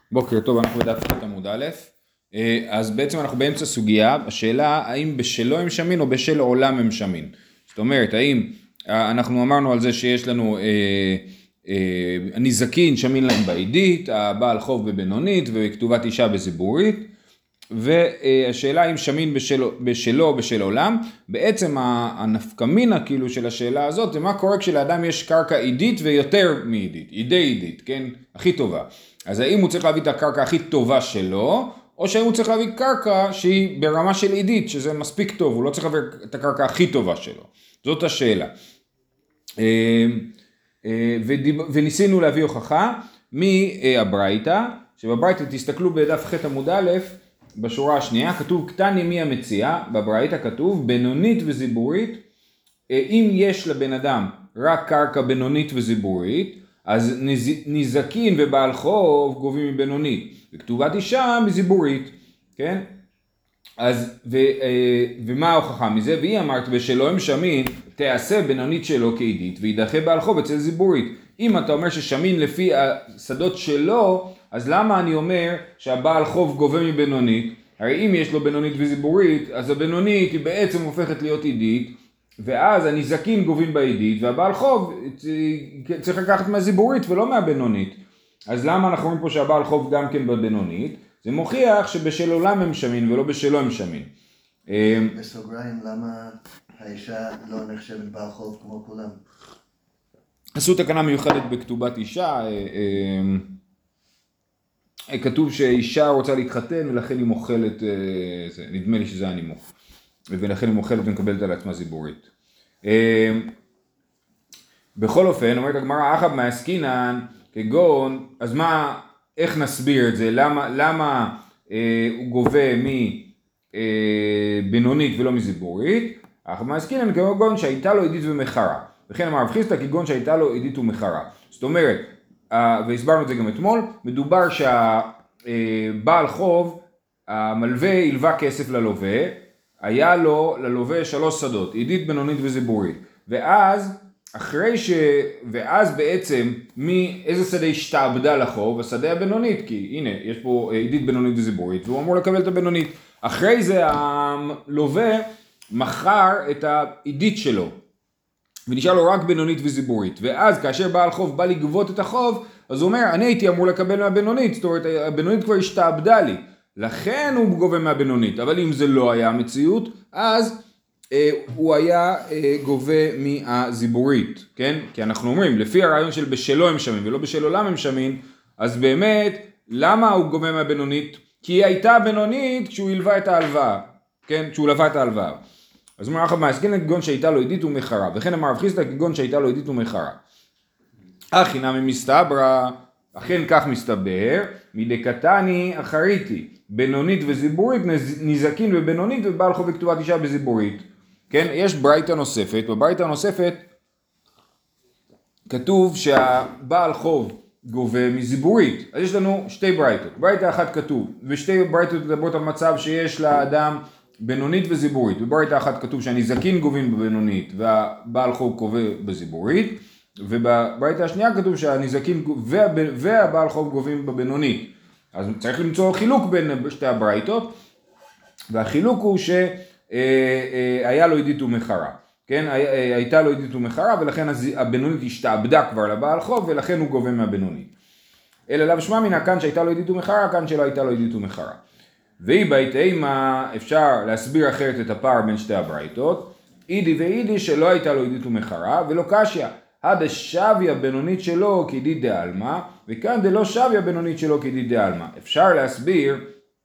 בוקר טוב, אנחנו בדף ח' עמוד א', אז בעצם אנחנו באמצע סוגיה, השאלה האם בשלו הם שמין או בשל עולם הם שמין. זאת אומרת, האם אנחנו אמרנו על זה שיש לנו הנזקין שמין להם בעידית, הבעל חוב בבינונית וכתובת אישה בזיבורית, והשאלה האם שמין בשלו או בשל עולם. בעצם הנפקמינה כאילו של השאלה הזאת זה מה קורה כשלאדם יש קרקע עידית ויותר מעידית, עידי עידית, כן, הכי טובה. אז האם הוא צריך להביא את הקרקע הכי טובה שלו, או שהאם הוא צריך להביא קרקע שהיא ברמה של עידית, שזה מספיק טוב, הוא לא צריך להביא את הקרקע הכי טובה שלו. זאת השאלה. וניסינו להביא הוכחה מהברייתא, שבברייתא תסתכלו בדף ח' עמוד א', בשורה השנייה, כתוב קטני מי המציאה, בברייתא כתוב בינונית וזיבורית, אם יש לבן אדם רק קרקע בינונית וזיבורית, אז נזקין ובעל חוב גובים מבינונית, וכתובת אישה מזיבורית, כן? אז, ומה ההוכחה מזה? והיא אמרת בשלו הם שמין, תעשה בינונית שלו כעידית, וידחה בעל חוב אצל זיבורית. אם אתה אומר ששמין לפי השדות שלו, אז למה אני אומר שהבעל חוב גובה מבינונית? הרי אם יש לו בינונית וזיבורית, אז הבינונית היא בעצם הופכת להיות עידית, ואז הנזקין גובים בעידית, והבעל חוב צריך לקחת מהזיבורית ולא מהבינונית. אז למה אנחנו אומרים פה שהבעל חוב גם כן בבינונית? זה מוכיח שבשל עולם הם שמין ולא בשלו הם שמין. בסוגריים, למה האישה לא נחשבת בעל חוב כמו כולם? עשו תקנה מיוחדת בכתובת אישה, כתוב שאישה רוצה להתחתן ולכן היא מוכלת, נדמה לי שזה הנימוק. ולכן היא מוכלת ומקבלת על עצמה זיבורית. בכל אופן, אומרת הגמרא, אחב מעסקינן, כגון, אז מה, איך נסביר את זה? למה הוא גובה מבינונית ולא מזיבורית? אחב מעסקינן כגון שהייתה לו עידית ומחרה. וכן אמר רב חיסדא כגון שהייתה לו עידית ומחרה. זאת אומרת, והסברנו את זה גם אתמול, מדובר שהבעל חוב, המלווה הלווה כסף ללווה, היה לו ללווה 3 שדות, עידית, בינונית וזיבורית. ואז בעצם מאיזה שדה השתעבדה לחוב? השדה הבינונית, כי הנה יש פה עידית, בינונית וזיבורית, והוא אמור לקבל את הבינונית. אחרי זה הלווה מכר את העידית שלו, ונשאר לו רק בינונית וזיבורית. ואז כאשר בעל חוב בא לגבות את החוב, אז הוא אומר, אני הייתי אמור לקבל מהבינונית, זאת אומרת, הבינונית כבר השתעבדה לי. לכן הוא גובה מהבינונית, אבל אם זה לא היה המציאות, אז הוא היה גובה מהזיבורית, כן? כי אנחנו אומרים, לפי הרעיון של בשלו הם שמין ולא בשל עולם הם שמין, אז באמת, למה הוא גובה מהבינונית? כי היא הייתה בינונית כשהוא הלווה את ההלוואה, כן? כשהוא לווה את ההלוואה. אז אומר אחת מעסקינן כגון שהייתה לו עידית ומחרה, וכן אמר רב חיסדא כגון שהייתה לו עידית ומחרה. הכי נמי מסתברא, אכן כך מסתבר, מדקתני אחריתי, בינונית וזיבורית, נזקין ובינונית ובעל חוב וכתובת אישה בזיבורית. כן, יש ברייתא נוספת, בברייתא הנוספת כתוב שהבעל חוב גובה מזיבורית. אז יש לנו 2 ברייתות, ברייתא אחת כתוב, ושתי ברייתות מדברות על מצב שיש לאדם בינונית וזיבורית. בברייתא אחת כתוב שהנזקין גובים בבינונית והבעל חוב גובה בזיבורית, ובברייתא השנייה כתוב שהנזקין והבעל חוב גובים בבינונית. אז צריך למצוא חילוק בין שתי הברייתות, והחילוק הוא שהיה לו עידית ומחרה, כן? הייתה לו עידית ומחרה, ולכן הבינונית השתעבדה כבר לבעל חוב, ולכן הוא גובה מהבינונית. אלא לאו שמע מינא כאן שהייתה לו עידית ומחרה, כאן שלא הייתה לו עידית ומחרה. והיא בית אימה, אפשר להסביר אחרת את הפער בין שתי הברייתות, אידי ואידי שלא הייתה לו עידית ומחרה, ולא קשיא. עד שוויה בינונית שלו כעידית דעלמא, וכאן דלא שוויה בינונית שלו כעידית דעלמא. אפשר להסביר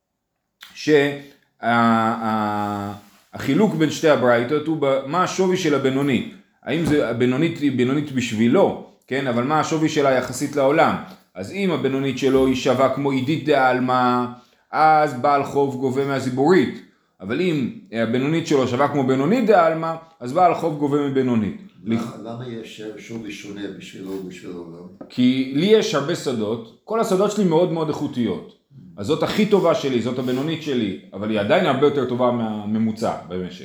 שהחילוק בין שתי הברייתות הוא מה השווי של הבינונית. האם זה הבינונית היא בינונית בשבילו, כן? אבל מה השווי שלה יחסית לעולם? אז אם הבינונית שלו היא שווה כמו עידית דעלמא, אז בעל חוב גובה מהזיבורית. אבל אם הבינונית שלו שווה כמו בינונית דעלמא, אז בעל חוב גובה מבינונית. למה יש שווי שונה בשבילו ובשבילו לא? כי לי יש הרבה שדות, כל השדות שלי מאוד מאוד איכותיות. אז זאת הכי טובה שלי, זאת הבינונית שלי, אבל היא עדיין הרבה יותר טובה מהממוצע במשק.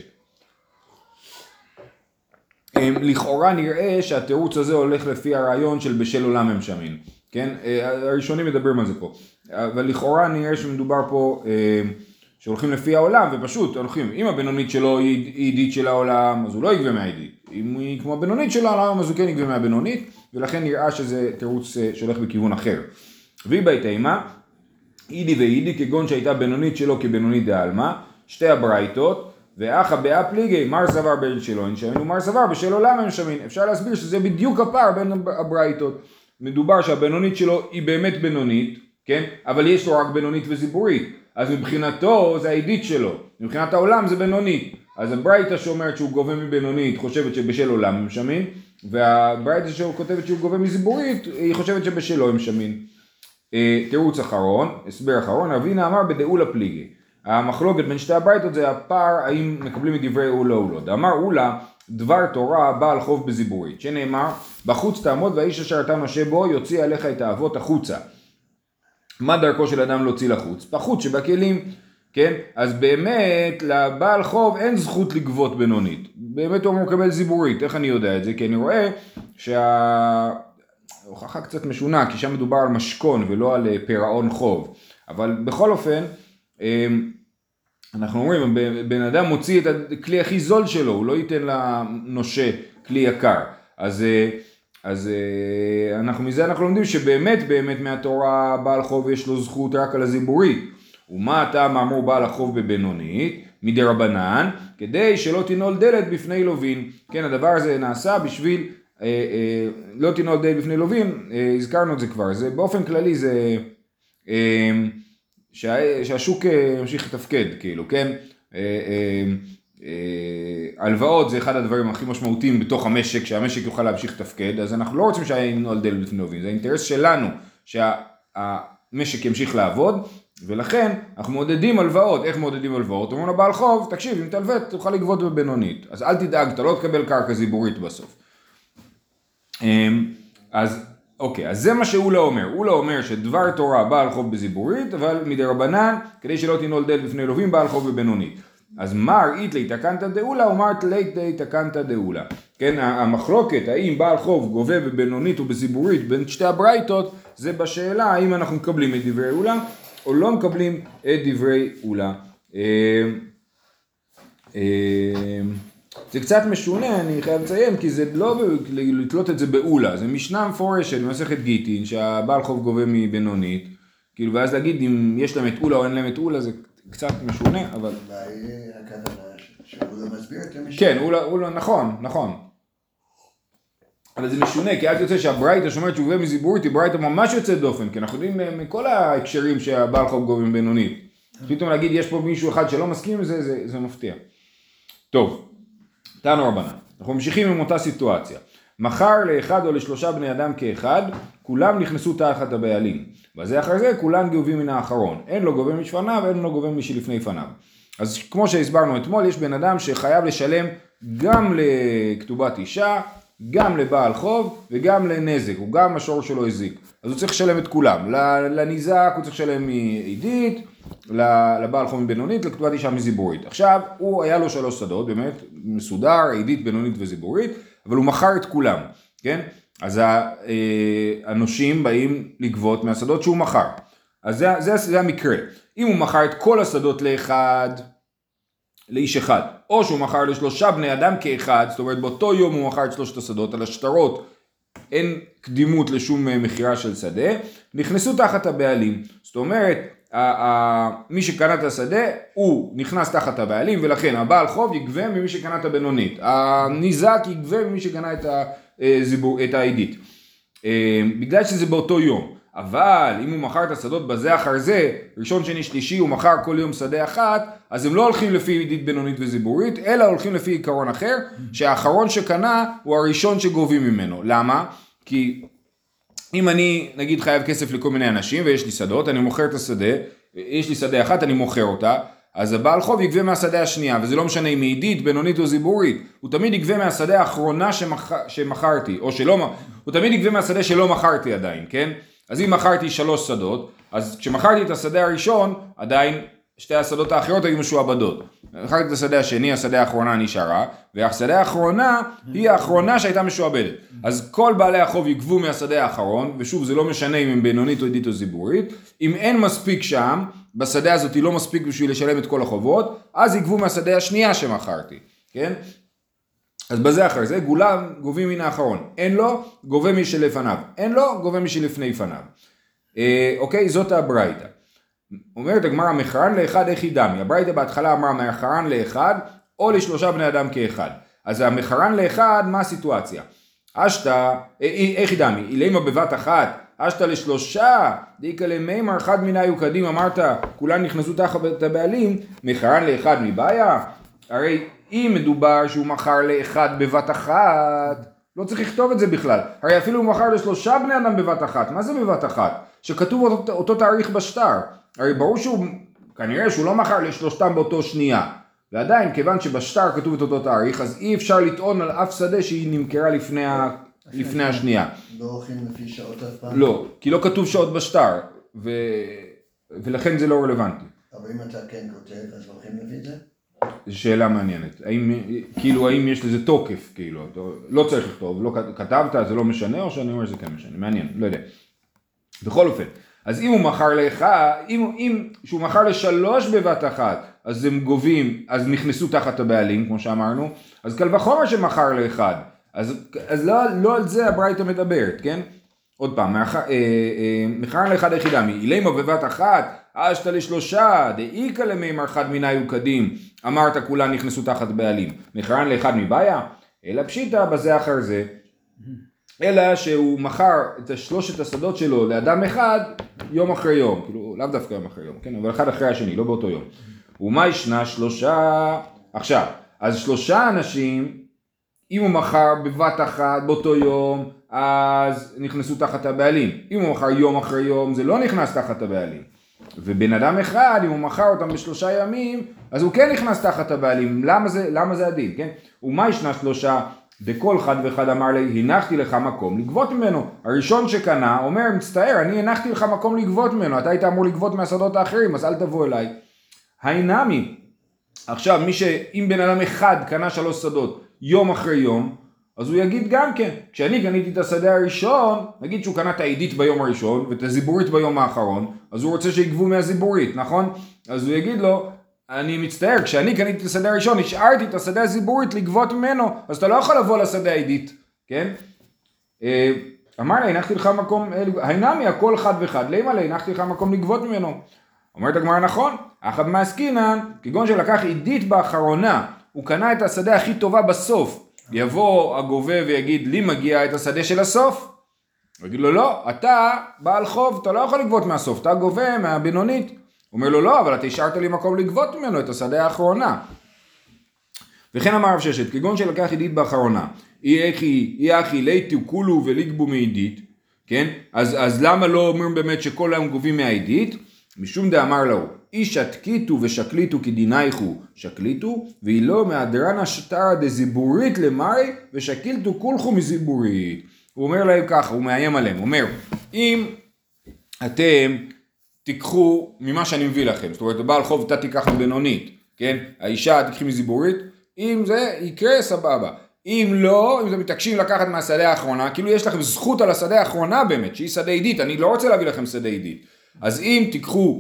לכאורה נראה שהתירוץ הזה הולך לפי הרעיון של בשל עולם הם שמין. כן? הראשונים מדברים על זה פה. אבל לכאורה נראה שמדובר פה שהולכים לפי העולם, ופשוט הולכים, אם הבינונית שלו היא עידית של העולם, אז הוא לא יגבה מהעידית. אם היא כמו הבינונית של העולם, אז הוא כן יגבה מהבינונית, ולכן נראה שזה תירוץ שהולך בכיוון אחר. והיא בהתאימה, אידי ואידי כגון שהייתה בינונית שלו כבינונית דעלמה, שתי הברייתות, ואחא באה פליגי, מר סבר בין שלו אין שמין, ומר סבר בשל עולם אין שמין. אפשר להסביר שזה בדיוק הפער בין הברייתות. מדובר שהבינונית שלו היא באמת בינונית, כן? אבל יש לו רק בינונית וזיבורית. אז מבחינתו זה העידית שלו, מבחינת העולם זה בינונית. אז הברייתא שאומרת שהוא גובה מבינונית חושבת שבשל עולם הם שמין, והברייתא שכותבת שהוא גובה מזיבורית היא חושבת שבשלו הם שמין. תירוץ אחרון, הסבר אחרון, רבינה אמר בדאולה פליגי. המחלוקת בין שתי הברייתות זה הפער האם מקבלים את דברי אולה או לא. דאמר אולה דבר תורה בעל חוב בזיבורית, שנאמר בחוץ תעמוד והאיש אשר אתה נושה בו יוציא עליך את האבות החוצה. מה דרכו של אדם להוציא לחוץ? בחוץ שבכלים, כן? אז באמת לבעל חוב אין זכות לגבות בינונית. באמת הוא מקבל זיבורית. איך אני יודע את זה? כי אני רואה שההוכחה קצת משונה, כי שם מדובר על משכון ולא על פירעון חוב. אבל בכל אופן, אנחנו אומרים, בן אדם מוציא את הכלי הכי זול שלו, הוא לא ייתן לנושה כלי יקר. אז מזה אנחנו לומדים שבאמת מהתורה בעל חוב יש לו זכות רק על הזיבורית. ומה הטעם אמרו בעל החוב בבינונית? מדי רבנן, כדי שלא תנעול דלת בפני לווין. כן, הדבר הזה נעשה בשביל לא תנעול דלת בפני לווין, הזכרנו את זה כבר. זה באופן כללי זה שהשוק ימשיך לתפקד, כאילו, כן? הלוואות זה אחד הדברים הכי משמעותיים בתוך המשק, שהמשק יוכל להמשיך לתפקד, אז אנחנו לא רוצים שינעול דלת בפני לווין, זה האינטרס שלנו שהמשק ימשיך לעבוד, ולכן אנחנו מעודדים הלוואות. איך מעודדים הלוואות? אומרים לבעל חוב, תקשיב, אם תלווה תוכל לגבות בבינונית, אז אל תדאג, אתה לא תקבל קרקע זיבורית בסוף. אז אוקיי, אז זה מה שהוא לא אומר. הוא לא אומר שדבר תורה בעל חוב בזיבורית, אבל מדי רבנן, כדי שלא תנעול דלת בפני לווין, בעל חוב בבינונית. אז מר איתלי תקנתא דאולה ומר תליתי תקנתא דאולה. כן, המחלוקת האם בעל חוב גובה בבינונית ובזיבורית בין שתי הברייתות, זה בשאלה האם אנחנו מקבלים את דברי אולה או לא מקבלים את דברי אולה. זה קצת משונה, אני חייב לציין, כי זה לא לתלות את זה באולה, זה משנה מפורשת במסכת גיטין שהבעל חוב גובה מבינונית, כאילו, ואז להגיד אם יש להם את אולה או אין להם את אולה, זה קצת משונה, אבל... אולי הכוונה שאולה מסביר את המשנה. כן, אולה, נכון. אבל זה משונה, כי אז יוצא שהברייתא שאומרת שהוא גובה מזיבורית היא ברייתא ממש יוצאת דופן, כי אנחנו יודעים מכל ההקשרים שהבעל חוב גובה מבינונית. פתאום להגיד יש פה מישהו אחד שלא מסכים עם זה, זה מפתיע. טוב, תנו רבנן, אנחנו ממשיכים עם אותה סיטואציה. מחר לאחד או לשלושה בני אדם כאחד, כולם נכנסו תחת הבעלים. וזה אחרי זה כולם גובים מן האחרון. אין לו גובה משפניו, אין לו גובה משלפני פניו. אז כמו שהסברנו אתמול, יש בן אדם שחייב לשלם גם לכתובת אישה, גם לבעל חוב וגם לנזק, הוא גם השור שלו הזיק. אז הוא צריך לשלם את כולם. לניזק הוא צריך לשלם מעידית, לבעל חוב מבינונית, לכתובת אישה מזיבורית. עכשיו, הוא היה לו 3 שדות, באמת מסודר, עידית, בינונית וזיבורית, אבל הוא מכר את כולם, כן? אז הנושים באים לגבות מהשדות שהוא מכר. אז זה המקרה. אם הוא מכר את כל השדות לאיש אחד, או שהוא מכר ל3 בני אדם כאחד, זאת אומרת באותו יום הוא מכר את 3 השדות, על השטרות אין קדימות לשום מחירה של שדה, נכנסו תחת הבעלים. זאת אומרת, מי שקנה את השדה הוא נכנס תחת הבעלים, ולכן הבעל חוב יגבה ממי שקנה את הבינונית, הניזק יגבה ממי שקנה את העידית, בגלל שזה באותו יום. אבל אם הוא מכר את השדות בזה אחר זה, ראשון שני שלישי הוא מכר כל יום שדה אחת, אז הם לא הולכים לפי עידית בינונית וזיבורית, אלא הולכים לפי עיקרון אחר, שהאחרון שקנה הוא הראשון שגובים ממנו. למה? כי אם אני נגיד חייב כסף לכל מיני אנשים ויש לי שדות, אני מוכר את השדה, יש לי שדה אחת, אני מוכר אותה, אז הבעל חוב יגבה מהשדה השנייה, וזה לא משנה אם עידית, בינונית או זיבורית, הוא תמיד יגבה מהשדה האחרונה שמכרתי, או שלא, הוא תמיד יגבה מהשדה שלא מכרתי עדיין, כן? אז אם מכרתי 3 שדות, אז כשמכרתי את השדה הראשון, עדיין שתי השדות האחרות היו משועבדות. אחר כך את השדה השני, השדה האחרונה נשארה, והשדה האחרונה היא האחרונה שהייתה משועבדת. אז כל בעלי החוב יגבו מהשדה האחרון, ושוב זה לא משנה אם הם בינונית או עדית או זיבורית, אם אין מספיק שם, בשדה הזאת היא לא מספיק בשביל לשלם את כל החובות, אז יגבו מהשדה השנייה שמכרתי, כן? אז בזה אחר זה, גובים מן האחרון. אין לו, גובה מי שלפניו. אין לו, גובה מי שלפני פניו. אוקיי, זאת הברייתא. אומרת הגמרא, מכרן לאחד איך ידמי. הברייתא בהתחלה אמרה מכרן לאחד, או לשלושה בני אדם כאחד. אז המכרן לאחד, מה הסיטואציה? איך ידמי? אילמה בבת אחת, אשתה לשלושה, דאיקה למימר, אחד מן היו קדים, אמרת, כולן נכנסו תחת הבעלים, מכרן לאחד מבעיה? הרי אם מדובר שהוא מכר לאחד בבת אחת, לא צריך לכתוב את זה בכלל. הרי אפילו הוא מכר לשלושה בני אדם בבת אחת. מה זה בבת אחת? שכתוב אותו תאריך בשטר. הרי ברור שהוא, כנראה שהוא לא מכר לשלושתם באותו שנייה. ועדיין, כיוון שבשטר כתוב את אותו תאריך, אז אי אפשר לטעון על אף שדה שהיא נמכרה לפני השנייה. לא הולכים לפי שעות אף פעם? לא, כי לא כתוב שעות בשטר, ולכן זה לא רלוונטי. אבל אם אתה כן כותב, אז הולכים לפי זה? זו שאלה מעניינת. האם יש לזה תוקף, כאילו, לא צריך לכתוב, לא כתבת, זה לא משנה, או שאני אומר שזה כן משנה, מעניין, לא יודע. בכל אופן, אז אם הוא מכר לאחד, שהוא מכר לשלוש בבת אחת, אז הם גובים, אז נכנסו תחת הבעלים, כמו שאמרנו, אז קל וחומר שמכר לאחד, אז לא על זה הברייתא מדברת, כן? עוד פעם, מכרן לאחד היחידה, אילמה בבת אחת, אשתה לשלושה, דאיקה למימר אחד מיני וקדים, אמרת כולן נכנסו תחת בעלים, מכרן לאחד מבעיה, אלא פשיטה בזה אחר זה, אלא שהוא מכר את שלושת השדות שלו לאדם אחד יום אחרי יום, כאילו לאו דווקא יום אחרי יום, כן? אבל אחד אחרי השני, לא באותו יום. ומה ישנה שלושה, עכשיו, אז שלושה אנשים, אם הוא מכר בבת אחת באותו יום, אז נכנסו תחת הבעלים. אם הוא מכר יום אחרי יום, זה לא נכנס תחת הבעלים. ובן אדם אחד, אם הוא מכר אותם בשלושה ימים, אז הוא כן נכנס תחת הבעלים. למה זה הדין, כן? ומה ישנה שלושה? דכל אחד ואחד אמר לי, הנחתי לך מקום לגבות ממנו. הראשון שקנה אומר, מצטער, אני הנחתי לך מקום לגבות ממנו. אתה היית אמור לגבות מהשדות האחרים, אז אל תבוא אליי. היינמי. עכשיו, אם בן אדם אחד קנה 3 שדות יום אחרי יום, אז הוא יגיד גם כן, כשאני קניתי את השדה הראשון, נגיד שהוא קנה את העידית ביום הראשון, ואת הזיבורית ביום האחרון, אז הוא רוצה שיגבו מהזיבורית, נכון? אז הוא יגיד לו, אני מצטער, כשאני קניתי את השדה הראשון, השארתי את השדה הזיבורית לגבות ממנו, אז אתה לא יכול לבוא לשדה העידית, כן? אמר לה, הנחתי לך מקום, הינמי, הכל אחד ואחד, למה לה, הנחתי לך מקום לגבות ממנו? אומרת הגמרא, נכון, אחד מהעסקינן, כגון שלקח עידית באחרונה, הוא קנה את השדה הכי טובה בסוף, יבוא הגובה ויגיד, לי מגיע את השדה של הסוף? הוא יגיד לו, לא, אתה בעל חוב, אתה לא יכול לגבות מהסוף, אתה גובה מהבינונית. הוא אומר לו, לא, אבל אתה השארת לי מקום לגבות ממנו את השדה האחרונה. וכן אמר רב ששת, כגון שלקח עידית באחרונה, אי אחי ליתו כולו וליגבו מעידית, כן? אז למה לא אומרים באמת שכל היום גובים מהעידית? משום דאמר לו, איש התקיתו ושקליתו כדינייכו שקליתו, והיא לא מהדרנה שטרה דזיבורית למרי, ושקילתו כולכו מזיבורית. הוא אומר להם ככה, הוא מאיים עליהם, הוא אומר, אם אתם תיקחו ממה שאני מביא לכם, זאת אומרת, בעל חוב אתה תיקח מבינונית, כן? האישה תיקחי מזיבורית, אם זה יקרה סבבה. אם לא, אם אתם מתעקשים לקחת מהשדה האחרונה, כאילו יש לכם זכות על השדה האחרונה באמת, שהיא שדה עידית, אני לא רוצה להביא לכם שדה עידית. אז אם תיקחו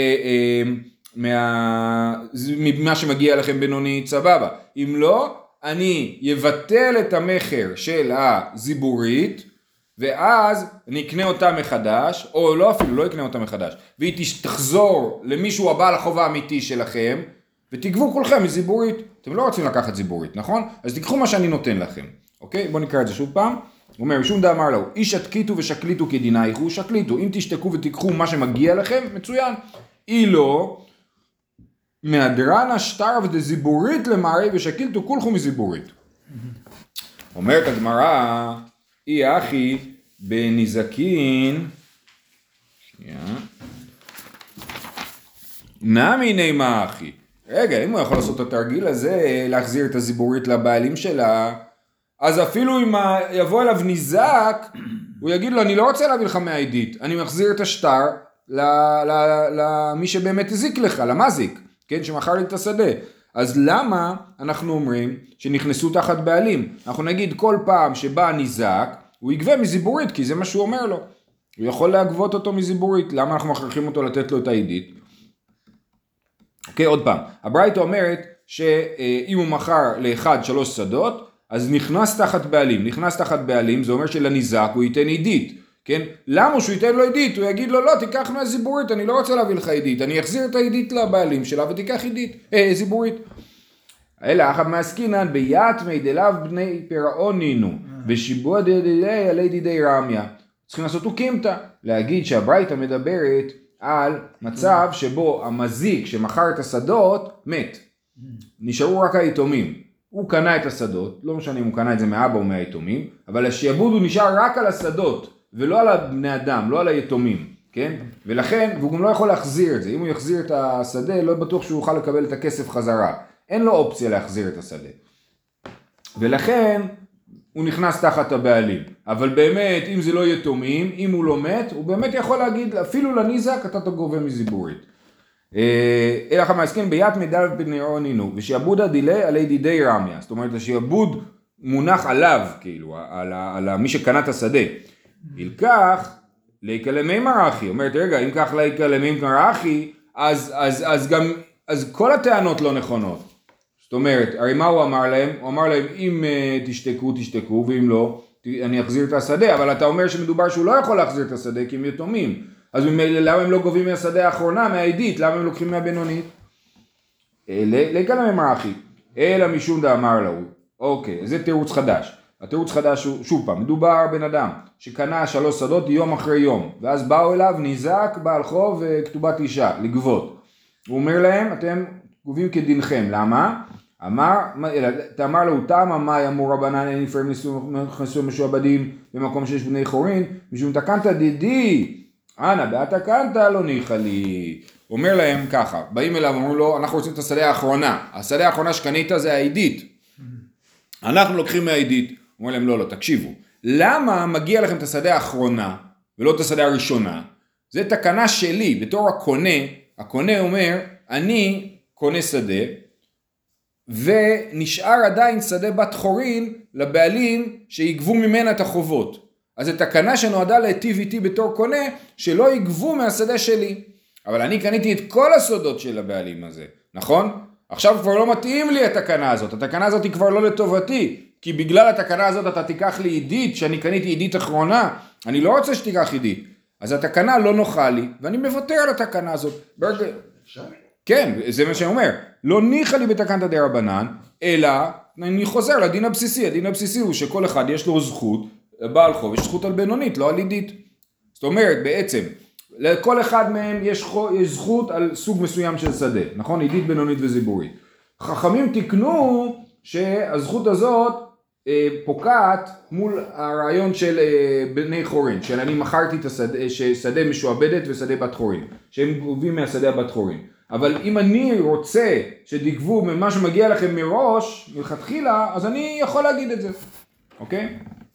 ממה שמגיע לכם בינונית, סבבה. אם לא, אני יבטל את המחר של הזיבורית, ואז אני אקנה אותה מחדש, או לא אפילו, לא אקנה אותה מחדש, והיא תחזור למישהו הבא לחוב האמיתי שלכם, ותגבו כולכם מזיבורית. אתם לא רוצים לקחת זיבורית, נכון? אז תיקחו מה שאני נותן לכם. אוקיי? בואו נקרא את זה שוב פעם. הוא אומר, משום דאמר לו, איש התקיתו ושקליתו כדינייכו, שקליתו. אם תשתקו ותיקחו מה שמגיע לכם, מצוין. אי לא, מהדרנה שטר ודזיבורית למרי, ושקילתו כולכו מזיבורית. אומרת הגמרא, אי אחי בנזקין, נמי נעמה אחי. רגע, אם הוא יכול לעשות את התרגיל הזה, להחזיר את הזיבורית לבעלים שלה, אז אפילו אם יבוא אליו ניזק, הוא יגיד לו, אני לא רוצה להביא לך מהעידית, אני מחזיר את השטר, למי שבאמת הזיק לך, למזיק, כן, שמכר לי את השדה. אז למה אנחנו אומרים שנכנסו תחת בעלים? אנחנו נגיד כל פעם שבא ניזק, הוא יגבה מזיבורית, כי זה מה שהוא אומר לו. הוא יכול להגבות אותו מזיבורית, למה אנחנו מכריחים אותו לתת לו את העידית? אוקיי, עוד פעם, הברייתא אומרת שאם הוא מכר לאחד 3 שדות, אז נכנס תחת בעלים. נכנס תחת בעלים, זה אומר שלניזק הוא ייתן עידית. כן? למה שהוא ייתן לו עידית? הוא יגיד לו, לא, תיקח מהזיבורית, אני לא רוצה להביא לך עידית, אני אחזיר את העידית לבעלים שלה ותיקח עידית, זיבורית. אלא אחת מעסקינן ביתמי דלאו בני פירעון נינו, ושיבוע דדידי עלי דידי רמיה. צריכים לעשות אוקימתא, להגיד שהברייתא מדברת על מצב שבו המזיק שמכר את השדות מת. נשארו רק היתומים. הוא קנה את השדות, לא משנה אם הוא קנה את זה מאבא או מהיתומים, אבל השעבוד הוא נשאר רק על השדות. ולא על הבני אדם, לא על היתומים, כן? ולכן, והוא גם לא יכול להחזיר את זה. אם הוא יחזיר את השדה, לא בטוח שהוא יוכל לקבל את הכסף חזרה. אין לו אופציה להחזיר את השדה. ולכן, הוא נכנס תחת הבעלים. אבל באמת, אם זה לא יתומים, אם הוא לא מת, הוא באמת יכול להגיד, אפילו לניזק, אתה תגובה מזיבורית. אלא חמאסקין ביאת מדל בנירו נינו, ושיעבודה דילי עלי דידי רמיה. זאת אומרת, השיעבוד מונח עליו, כאילו, על מי שקנה את השדה. ילקח להיקלמי מרחי, אומרת רגע אם כך להיקלמי מרחי אז כל הטענות לא נכונות. זאת אומרת הרי מה הוא אמר להם? הוא אמר להם אם תשתקו ואם לא אני אחזיר את השדה, אבל אתה אומר שמדובר שהוא לא יכול להחזיר את השדה כי הם יתומים, אז למה הם לא גובים מהשדה האחרונה מהעידית? למה הם לוקחים מהבינונית? להיקלמי מרחי אלא משום דאמר לו. אוקיי, זה תירוץ חדש. התירוץ חדש הוא, שוב פעם, מדובר בן אדם שקנה 3 שדות יום אחרי יום, ואז באו אליו ניזק, בעל חוב וכתובת אישה, לגבות. הוא אומר להם, אתם גובים כדינכם, למה? תאמר לו, תמה מה אמור רבנן אין נפרם נכנסו משועבדים במקום שיש בני חורין, משום תקנת דידי, אנא, בהתקנת לא ניחא לי. הוא אומר להם ככה, באים אליו, אומרים לו, אנחנו רוצים את השדה האחרונה, השדה האחרונה שקנית זה העידית. אנחנו לוקחים מהעידית. אומר להם לא, תקשיבו. למה מגיע לכם את השדה האחרונה ולא את השדה הראשונה? זה תקנה שלי בתור הקונה. הקונה אומר, אני קונה שדה ונשאר עדיין שדה בת חורין לבעלים שיגבו ממנה את החובות. אז זה תקנה שנועדה להיטיב איתי בתור קונה שלא יגבו מהשדה שלי. אבל אני קניתי את כל הסודות של הבעלים הזה, נכון? עכשיו כבר לא מתאים לי התקנה הזאת. התקנה הזאת היא כבר לא לטובתי. כי בגלל התקנה הזאת אתה תיקח לי עידית, שאני קניתי עידית אחרונה, אני לא רוצה שתיקח עידית. אז התקנה לא נוחה לי, ואני מוותר על התקנה הזאת. כן, זה מה שאני אומר. לא ניחא לי בתקנת דרבנן, אלא אני חוזר לדין הבסיסי. הדין הבסיסי הוא שכל אחד יש לו זכות, בעל חוב, יש זכות על בינונית, לא על עידית. זאת אומרת, בעצם, לכל אחד מהם יש זכות על סוג מסוים של שדה. נכון? עידית, בינונית וזיבורית. חכמים תקנו שהזכות הזאת פוקעת מול הרעיון של בני חורין, של אני מכרתי את השדה, ששדה משועבדת ושדה בת חורין, שהם גובים מהשדה הבת חורין. אבל אם אני רוצה שתגבו ממה שמגיע לכם מראש, מלכתחילה, אז אני יכול להגיד את זה. אוקיי?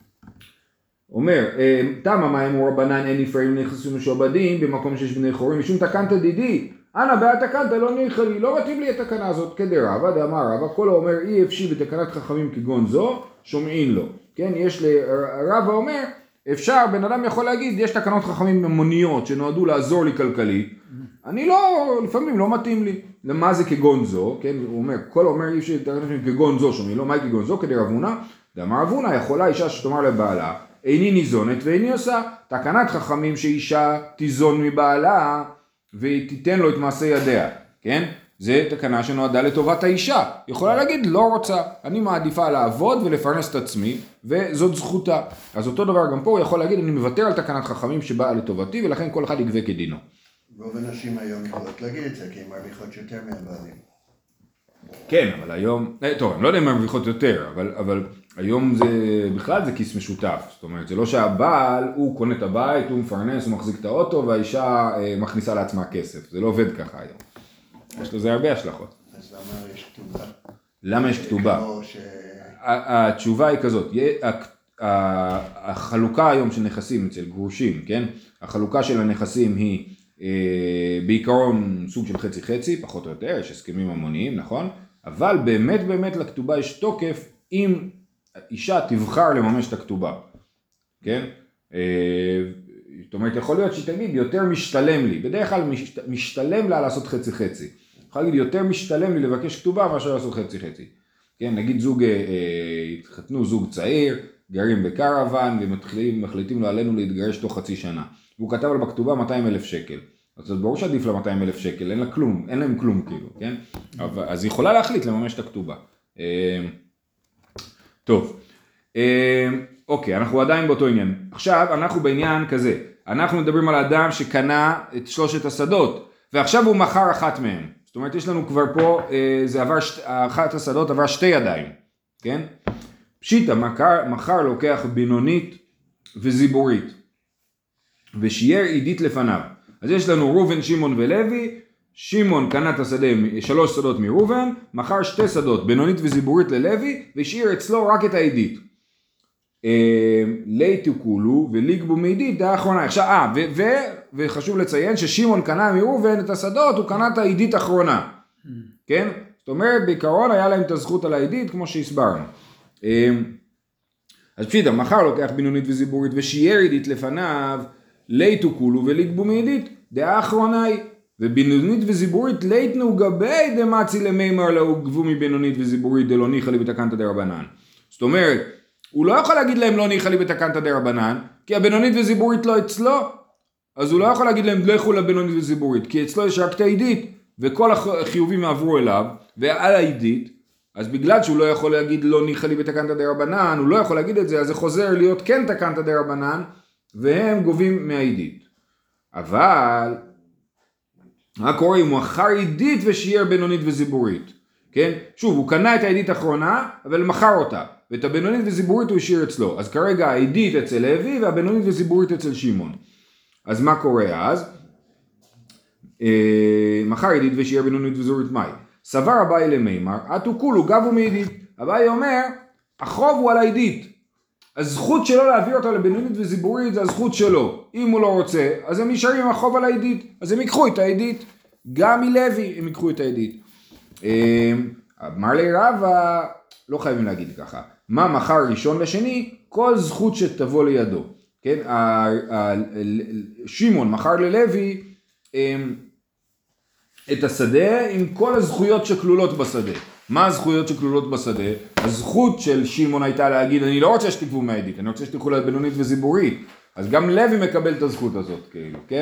אומר, תמה מה אמרו רבנן אין נפרעים נכנסו משועבדים במקום שיש בני חורין, משום תקנת דידי, אנא בהתקנת לא ניחא לי, לא מתאים לי התקנה הזאת כדרבא, דאמר רבא, כל האומר אי אפשי בתקנת חכמים כגון זו, שומעין לו. כן, יש לרבא אומר, אפשר, בן אדם יכול להגיד, יש תקנות חכמים ממוניות שנועדו לעזור לי כלכלית, אני לא, לפעמים לא מתאים לי. למה זה כגון זו? כן, הוא אומר, כל האומר אי אפשי בתקנת חכמים כגון זו, שומעין לו, מהי כגון זו? כדרבא אבונה, דאמר אבונה, יכולה אישה שתאמר לבעלה, איני ניזונת ואיני עושה. תקנת חכמים שאישה תיזון מבעלה ותיתן לו את מעשה ידיה, כן? זה תקנה שנועדה לטובת האישה. יכולה להגיד, לא רוצה, אני מעדיפה לעבוד ולפרנס את עצמי, וזאת זכותה. אז אותו דבר גם פה, הוא יכול להגיד, אני מוותר על תקנת חכמים שבאה לטובתי, ולכן כל אחד יגבה כדינו. רוב הנשים היום יכולות להגיד את זה, כי הן מרוויחות יותר מהבעלים. כן, אבל היום, טוב, אני לא יודע אם מרוויחות יותר, אבל היום זה, בכלל זה כיס משותף. זאת אומרת, זה לא שהבעל, הוא קונה את הבית, הוא מפרנס, הוא מחזיק את האוטו, והאישה מכניסה לעצמה כסף. זה לא עובד ככה היום. יש לזה הרבה השלכות. אז למה יש כתובה? למה יש כתובה? התשובה היא כזאת, החלוקה היום של נכסים אצל גרושים, כן? החלוקה של הנכסים היא בעיקרון סוג של חצי חצי, פחות או יותר, יש הסכמים המוניים, נכון? אבל באמת לכתובה יש תוקף אם אישה תבחר לממש את הכתובה, כן? זאת אומרת, יכול להיות שתגיד, יותר משתלם לי, בדרך כלל משתלם לה לעשות חצי חצי. יכול להגיד, יותר משתלם לי לבקש כתובה מאשר לעשות חצי חצי. כן, נגיד זוג, התחתנו זוג צעיר, גרים בקרוון ומחליטים לו עלינו להתגרש תוך חצי שנה. והוא כתב על בכתובה 200,000 שקל. אז ברור שעדיף לה 200,000 שקל, אין להם כלום כאילו, כן? אז היא יכולה להחליט לממש את הכתובה. טוב, אוקיי, אנחנו עדיין באותו עניין. עכשיו אנחנו בעניין כזה, אנחנו מדברים על אדם שקנה את 3 השדות, ועכשיו הוא מכר אחת מהם. זאת אומרת, יש לנו כבר פה, אחת השדות עבר 2 ידיים, כן? פשיטה, מחר לוקח בינונית וזיבורית, ושייר עידית לפניו. אז יש לנו ראובן, שמעון ולוי, שמעון קנה את השדה, 3 שדות מראובן, מכר 2 שדות, בינונית וזיבורית ללוי, והשאיר אצלו רק את העידית. ליתו כולו וליגבו מעידית, זה האחרונה. עכשיו, וחשוב לציין ששמעון קנה מראובן את השדות, הוא קנה את העידית האחרונה. כן? זאת אומרת, בעיקרון היה להם את הזכות על העידית, כמו שהסברנו. אז פשיטה, מחר לוקח בינונית וזיבורית, ושייר עידית לפניו, ליתו כולו וליגבו מעידית, דעה האחרונה היא, ובינונית וזיבורית ליתנו גבי דמצי למימר לאו גבו מבינונית וזיבורית דלא ניחא לי בתקנתא דרבנן. זאת אומרת, הוא לא יכול להגיד להם לא ניחא לי בתקנתא דרבנן, כי הבינונית וזיבורית לא אצלו, אז הוא לא יכול להגיד להם לכו לבינונית וזיבורית, כי אצלו יש רק את העידית, וכל החיובים עברו אליו, ועל העידית, אז בגלל שהוא לא יכול להגיד לא ניחא לי בתקנתא דרבנן, הוא לא יכול להגיד את זה, אז זה חוזר להיות כן תקנתא דרבנן, והם גובים מהעידית. אבל מה קורה אם הוא מכר עידית ושיער בינונית וזיבורית? כן? שוב, הוא קנה את העידית האחרונה, אבל מכר אותה. ואת הבינונית וזיבורית הוא השאיר אצלו. אז כרגע העידית אצל לוי והבינונית וזיבורית אצל שמעון. אז מה קורה אז? מכר עידית ושיער בינונית וזיבורית מאי. סבר אביי למימר, עטו כולו גבו מעידית. אביי אומר, החוב הוא על העידית. הזכות שלו להעביר אותה לבינונית וזיבורית זה הזכות שלו. אם הוא לא רוצה, אז הם נשארים עם החוב על העידית. אז הם ייקחו את העידית. גם מלוי הם ייקחו את העידית. אמר לי רבא, לא חייבים להגיד ככה. מה מחר ראשון לשני? כל זכות שתבוא לידו. כן? שמעון מחר ללוי את השדה עם כל הזכויות שכלולות בשדה. מה הזכויות שכלולות בשדה? הזכות של שמעון הייתה להגיד, אני לא רוצה שתקבו מהעידית, אני רוצה שתקחו לבינונית וזיבורית. אז גם לוי מקבל את הזכות הזאת, כאילו, כן?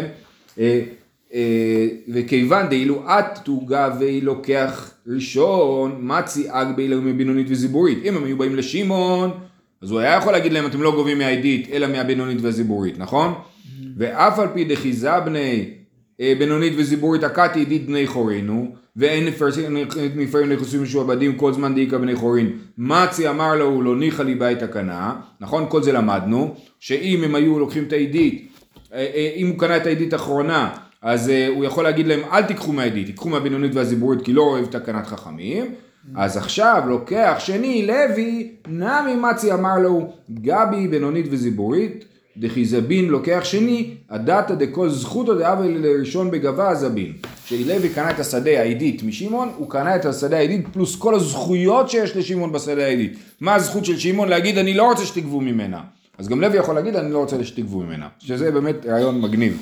וכיוון דאילו את תוגה והיא לוקח ראשון, מצי אגבי מבינונית וזיבורית. אם הם היו באים לשמעון, אז הוא היה יכול להגיד להם, אתם לא גובים מהעידית, אלא מהבינונית והזיבורית, נכון? ואף על פי דחיזה בני בינונית וזיבורית הקאתי עידית בני חורינו, ואין נפרים נכנסים משועבדים כל זמן דאיקה בני חורין. מצי אמר לו, לא ניחא לי בית הקנה, נכון? כל זה למדנו, שאם הם היו לוקחים את העידית, אם הוא קנה את העידית האחרונה, אז הוא יכול להגיד להם, אל תיקחו מהעידית, תיקחו מהבינונית והזיבורית, כי לא אוהב תקנת חכמים. אז עכשיו לוקח שני, לוי, נמי מצי אמר לו, גבי בינונית וזיבורית, דחיזבין לוקח שני, הדתא דכל זכותו דאבל לראשון בגבה הזבין. שלוי קנה את השדה העידית משמעון, הוא קנה את השדה העידית פלוס כל הזכויות שיש לשמעון בשדה העידית. מה הזכות של שמעון? להגיד, אני לא רוצה שתגבו ממנה. אז גם לוי יכול להגיד, אני לא רוצה שתגבו ממנה. שזה באמת רעיון מגניב.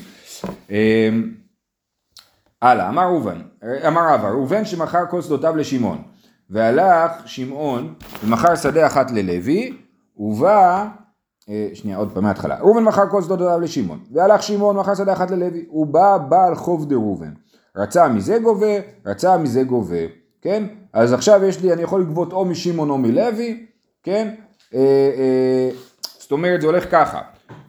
הלאה, אמר רבא, ראובן שמכר כל שדותיו לשמעון, והלך שמעון ומכר שדה אחת ללוי, ובא, עוד פעם מההתחלה, ראובן מכר כל שדותיו לשמעון, והלך שמעון מכר שדה אחת ללוי, ובא בעל חוב דראובן, רצה מזה גובה, רצה מזה גובה, כן? אז עכשיו אני יכול לגבות או משמעון או מלוי, כן? זאת אומרת, זה הולך ככה,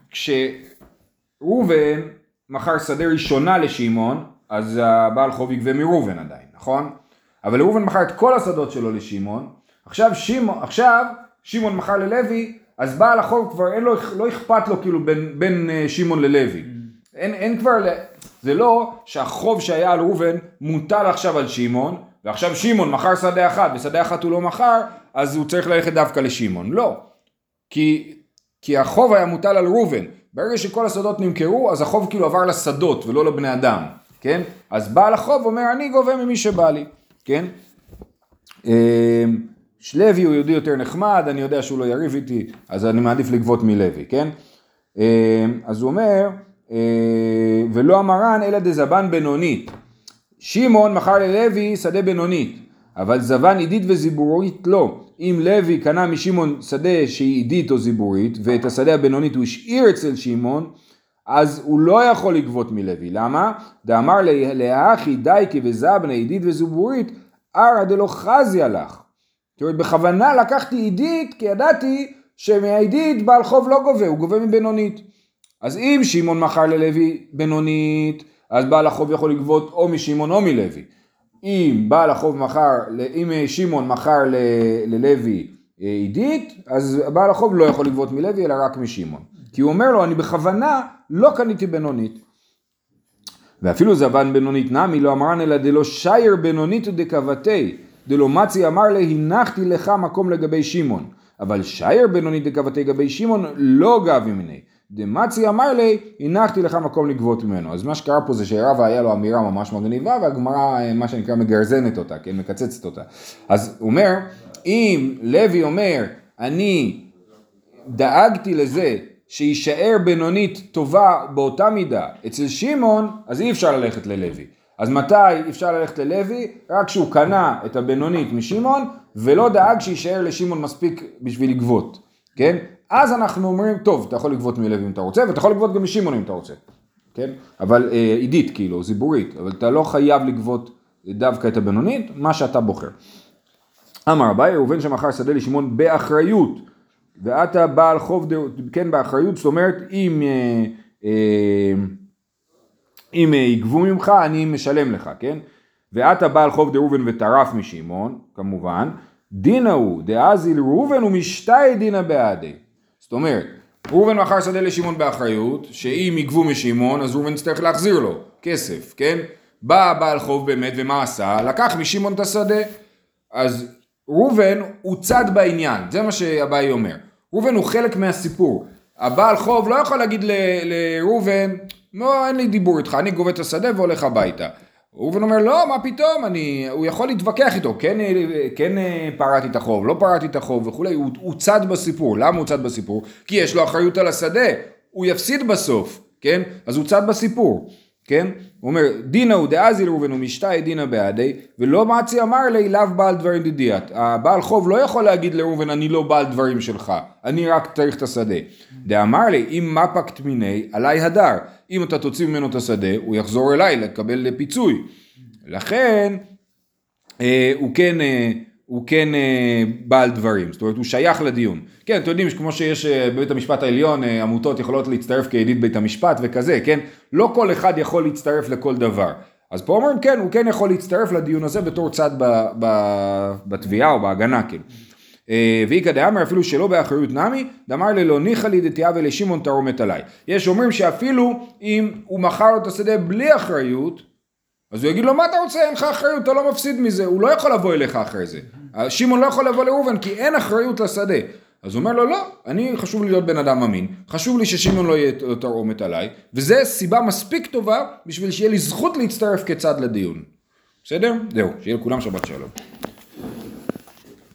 כשראובן מכר שדה ראשונה לשמעון, אז הבעל חוב יגבה מראובן עדיין, נכון? אבל ראובן מכר את כל השדות שלו לשמעון, עכשיו שמעון מכר ללוי, אז בעל החוב כבר לא אכפת לו כאילו בין שמעון ללוי. אין כבר, זה לא שהחוב שהיה על ראובן מוטל עכשיו על שמעון, ועכשיו שמעון מכר שדה אחת, ושדה אחת הוא לא מכר, אז הוא צריך ללכת דווקא לשמעון. לא, כי החוב היה מוטל על ראובן, ברגע שכל השדות נמכרו, אז החוב כאילו עבר לשדות ולא לבני אדם, כן? אז בעל החוב אומר, אני גובה ממי שבא לי, כן? לוי הוא יהודי יותר נחמד, אני יודע שהוא לא יריב איתי, אז אני מעדיף לגבות מלוי, כן? אז הוא אומר, ולא המרן אלא דזבן בינונית. שמעון מכר ללוי שדה בינונית, אבל זבן עידית וזיבורית לא. אם לוי קנה משמעון שדה שהיא עידית או זיבורית, ואת השדה הבינונית הוא השאיר אצל שמעון, אז הוא לא יכול לגבות מלוי. למה? דאמר לאחי דייקי וזבנה עידית וזיבורית, ערא דלא חזיה לך. זאת אומרת, בכוונה לקחתי עידית, כי ידעתי שמהעידית בעל חוב לא גובה, הוא גובה מבינונית. אז אם שמעון מכר ללוי בינונית, אז בעל החוב יכול לגבות או משמעון או מלוי. אם שמעון מכר ללוי עידית, אז בעל החוב לא יכול לגבות מלוי, אלא רק משמעון. כי הוא אומר לו, אני בכוונה לא קניתי בינונית. ואפילו זבן בינונית נמי לא אמרן אלא דלא שייר בינונית ודקבתי, דלא מצי אמר לה, הנחתי לך מקום לגבי שמעון. אבל שייר בינונית דקבתי לגבי שמעון לא גב ממני. דמצי אמר לי, הנחתי לך מקום לגבות ממנו. אז מה שקרה פה זה שרבא היה לו אמירה ממש מגניבה, והגמרא, מה שנקרא, מגרזנת אותה, כן, מקצצת אותה. אז הוא אומר, אם לוי אומר, אני דאגתי לזה שישאר בינונית טובה באותה מידה אצל שמעון, אז אי אפשר ללכת ללוי. אז מתי אפשר ללכת ללוי? רק כשהוא קנה את הבינונית משמעון, ולא דאג שישאר לשמעון מספיק בשביל לגבות, כן? אז אנחנו אומרים, טוב, אתה יכול לגבות מלוי אם אתה רוצה, ואתה יכול לגבות גם משמעון אם אתה רוצה, כן? אבל עידית כאילו, זיבורית, אבל אתה לא חייב לגבות דווקא את הבינונית, מה שאתה בוחר. אמר אביי, ראובן שמכר שדה לשמעון באחריות, ואתה בעל חוב, כן, באחריות, זאת אומרת, אם יגבו ממך, אני משלם לך, כן? ואתה בעל חוב דראובן וטרף משמעון, כמובן, דינה הוא, דאזיל ראובן ומשתי דינה בעדי. זאת אומרת, ראובן מכר שדה לשמעון באחריות, שאם יגבו משמעון, אז ראובן צריך להחזיר לו כסף, כן? בא בעל חוב באמת, ומה עשה? לקח משמעון את השדה. אז ראובן הוא צד בעניין, זה מה שאביי אומר. ראובן הוא חלק מהסיפור. הבעל חוב לא יכול להגיד לראובן, לא, אין לי דיבור איתך, אני גובה את השדה והולך הביתה. ראובן אומר, לא, מה פתאום, הוא יכול להתווכח איתו, כן פרעתי את החוב, לא פרעתי את החוב וכולי, הוא צד בסיפור. למה הוא צד בסיפור? כי יש לו אחריות על השדה, הוא יפסיד בסוף, כן? אז הוא צד בסיפור, כן? הוא אומר, דינה הוא דאזיל ראובן ומשתי דינה בעדי, ולא מצי אמר לי, לאו בעל דברים דדיעת. הבעל חוב לא יכול להגיד לראובן, אני לא בעל דברים שלך, אני רק צריך את השדה. דאמר לי, אם מפקת מיני, עליי הדר. אם אתה תוציא ממנו את השדה, הוא יחזור אליי לקבל פיצוי. לכן, הוא כן בעל דברים, זאת אומרת, הוא שייך לדיון. כן, אתם יודעים, כמו שיש בבית המשפט העליון, עמותות יכולות להצטרף כידיד בית המשפט וכזה, כן? לא כל אחד יכול להצטרף לכל דבר. אז פה אומרים, כן, הוא כן יכול להצטרף לדיון הזה בתור צד בתביעה או בהגנה, כן. ואיקא דאמר אפילו שלא באחריות נמי, דאמר ללא ניחא לי דתיה ולשמעון תרומת עליי. יש אומרים שאפילו אם הוא מכר לו את השדה בלי אחריות, אז הוא יגיד לו, מה אתה רוצה? אין לך אחריות, אתה לא מפסיד מזה. הוא לא יכול לבוא אליך אחרי זה. שמעון לא יכול לבוא לראובן, כי אין אחריות לשדה. אז הוא אומר לו, לא, חשוב לי להיות בן אדם אמין, חשוב לי ששמעון לא יהיה תרומת עליי, וזה סיבה מספיק טובה, בשביל שיהיה לי זכות להצטרף כצד לדיון. בסדר? זהו, שיהיה לכולם שבת שלום.